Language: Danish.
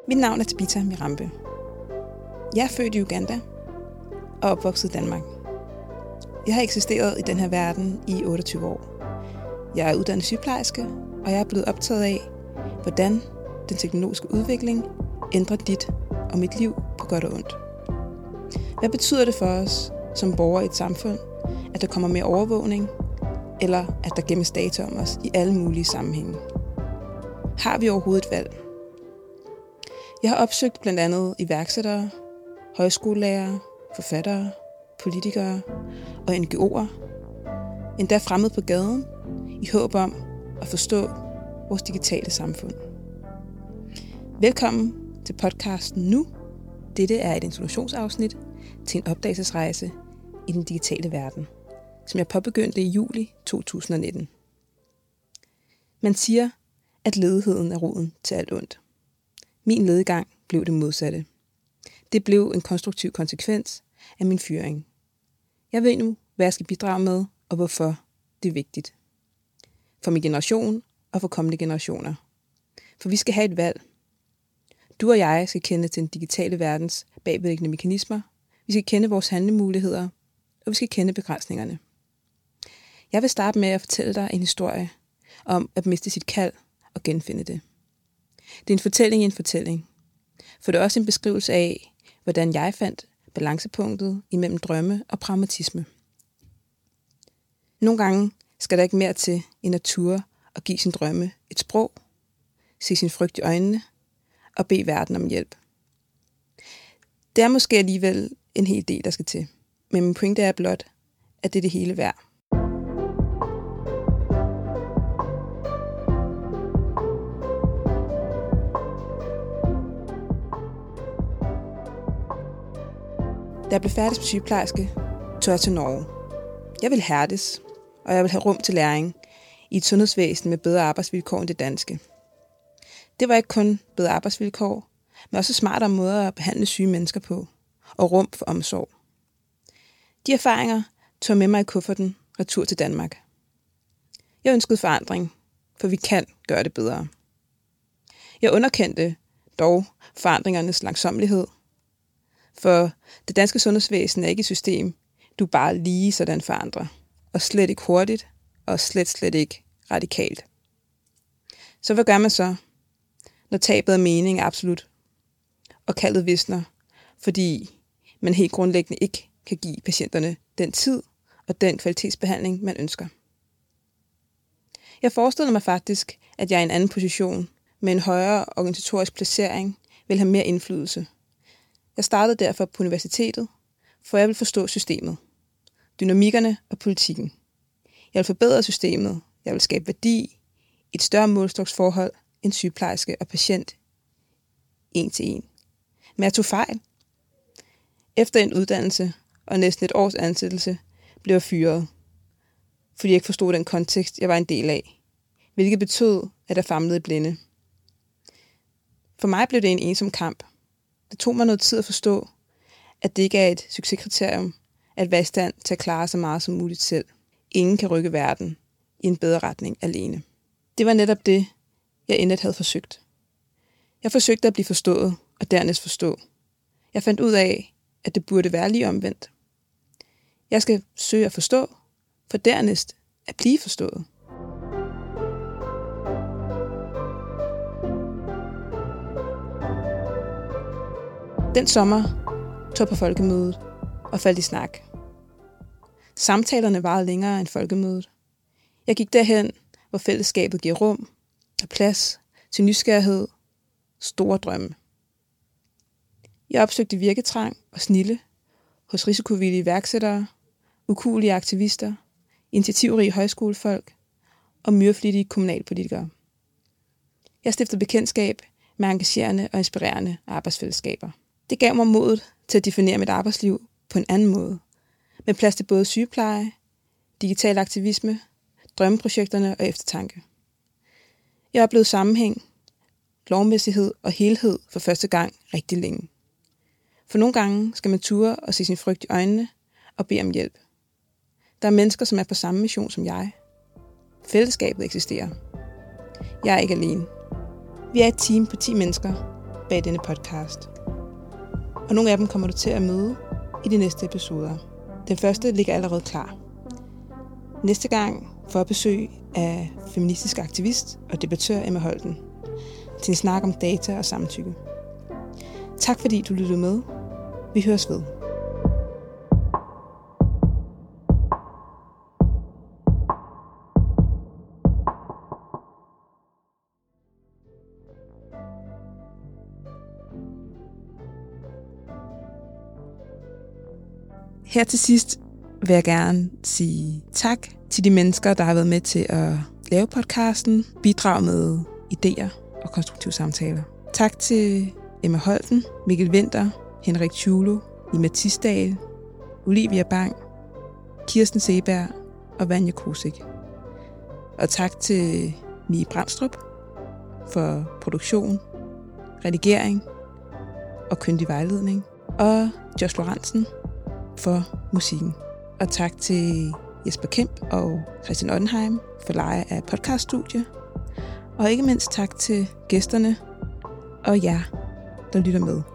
Mit navn er Tabitha Mirambe. Jeg er født i Uganda og opvokset i Danmark. Jeg har eksisteret i den her verden i 28 år. Jeg er uddannet sygeplejerske, og jeg er blevet optaget af, hvordan den teknologiske udvikling ændrer dit og mit liv på godt og ondt. Hvad betyder det for os som borgere i et samfund, at der kommer mere overvågning, eller at der gemmes data om os i alle mulige sammenhænge? Har vi overhovedet et valg? Jeg har opsøgt blandt andet iværksættere, højskolelærere, forfattere, politikere og NGO'er, endda fremmede på gaden, i håb om at forstå vores digitale samfund. Velkommen til podcasten Nu. Dette er et introduktionsafsnit til en opdagelsesrejse i den digitale verden, som jeg påbegyndte i juli 2019. Man siger, at ledigheden er roden til alt ondt. Min lediggang blev det modsatte. Det blev en konstruktiv konsekvens af min fyring. Jeg ved nu, hvad jeg skal bidrage med, og hvorfor det er vigtigt. For min generation og for kommende generationer. For vi skal have et valg. Du og jeg skal kende til den digitale verdens bagvedliggende mekanismer. Vi skal kende vores handlemuligheder, og vi skal kende begrænsningerne. Jeg vil starte med at fortælle dig en historie om at miste sit kald og genfinde det. Det er en fortælling i en fortælling. For det er også en beskrivelse af, hvordan jeg fandt balancepunktet imellem drømme og pragmatisme. Nogle gange skal der ikke mere til end at ture og give sin drømme et sprog, se sin frygt i øjnene og bede verden om hjælp. Det er måske alligevel en hel del, der skal til. Men min pointe er blot, at det er det hele værd. Da jeg blev færdig som sygeplejerske, tog jeg til Norge. Jeg ville hærdes, og jeg ville have rum til læring i et sundhedsvæsen med bedre arbejdsvilkår end det danske. Det var ikke kun bedre arbejdsvilkår, men også smartere måder at behandle syge mennesker på, og rum for omsorg. De erfaringer tog jeg med mig i kufferten retur til Danmark. Jeg ønskede forandring, for vi kan gøre det bedre. Jeg underkendte dog forandringernes langsommelighed, for det danske sundhedsvæsen er ikke et system, du bare lige sådan forandrer, og slet ikke hurtigt, og slet ikke radikalt. Så hvad gør man så, når tabet af mening er absolut, og kaldet visner, fordi man helt grundlæggende ikke kan give patienterne den tid og den kvalitetsbehandling, man ønsker? Jeg forestillede mig faktisk, at jeg i en anden position, med en højere organisatorisk placering, vil have mere indflydelse. Jeg startede derfor på universitetet, for jeg vil forstå systemet, dynamikkerne og politikken. Jeg vil forbedre systemet, jeg vil skabe værdi i et større målstoksforhold end sygeplejerske og patient, en til en. Men jeg tog fejl. Efter en uddannelse og næsten et års ansættelse blev jeg fyret, fordi jeg ikke forstod den kontekst, jeg var en del af, hvilket betød, at jeg famlede i blinde. For mig blev det en ensom kamp. Det tog mig noget tid at forstå, at det ikke er et succeskriterium at være i stand til at klare så meget som muligt selv. Ingen kan rykke verden i en bedre retning alene. Det var netop det, jeg endet havde forsøgt. Jeg forsøgte at blive forstået og dernæst forstå. Jeg fandt ud af, at det burde være lige omvendt. Jeg skal søge at forstå, for dernæst at blive forstået. Den sommer tog jeg på folkemødet og faldt i snak. Samtalerne varede længere end folkemødet. Jeg gik derhen, hvor fællesskabet giver rum og plads til nysgerrighed, store drømme. Jeg opsøgte virketrang og snilde hos risikovillige iværksættere, ukuelige aktivister, initiativrige højskolefolk og myreflittige kommunalpolitikere. Jeg stiftede bekendtskab med engagerende og inspirerende arbejdsfællesskaber. Det gav mig modet til at definere mit arbejdsliv på en anden måde, med plads til både sygepleje, digital aktivisme, drømmeprojekterne og eftertanke. Jeg oplevede sammenhæng, lovmæssighed og helhed for første gang rigtig længe. For nogle gange skal man ture og se sin frygt i øjnene og bede om hjælp. Der er mennesker, som er på samme mission som jeg. Fællesskabet eksisterer. Jeg er ikke alene. Vi er et team på 10 mennesker, bag denne podcast. Og nogle af dem kommer du til at møde i de næste episoder. Den første ligger allerede klar. Næste gang får jeg besøg af feministisk aktivist og debattør Emma Holten til en snak om data og samtykke. Tak fordi du lyttede med. Vi høres ved. Her til sidst vil jeg gerne sige tak til de mennesker, der har været med til at lave podcasten, bidrage med idéer og konstruktive samtaler. Tak til Emma Holten, Mikkel Winther, Henrik Tjulo, Nima Tisdal, Olivia Bang, Kirsten Seberg og Vanja Kosik. Og tak til Mie Brandstrup for produktion, redigering og kyndig vejledning. Og Josh Lorentzen for musikken. Og tak til Jesper Kemp og Christian Ottenheim for leje af podcaststudie. Og ikke mindst tak til gæsterne og jer, der lytter med.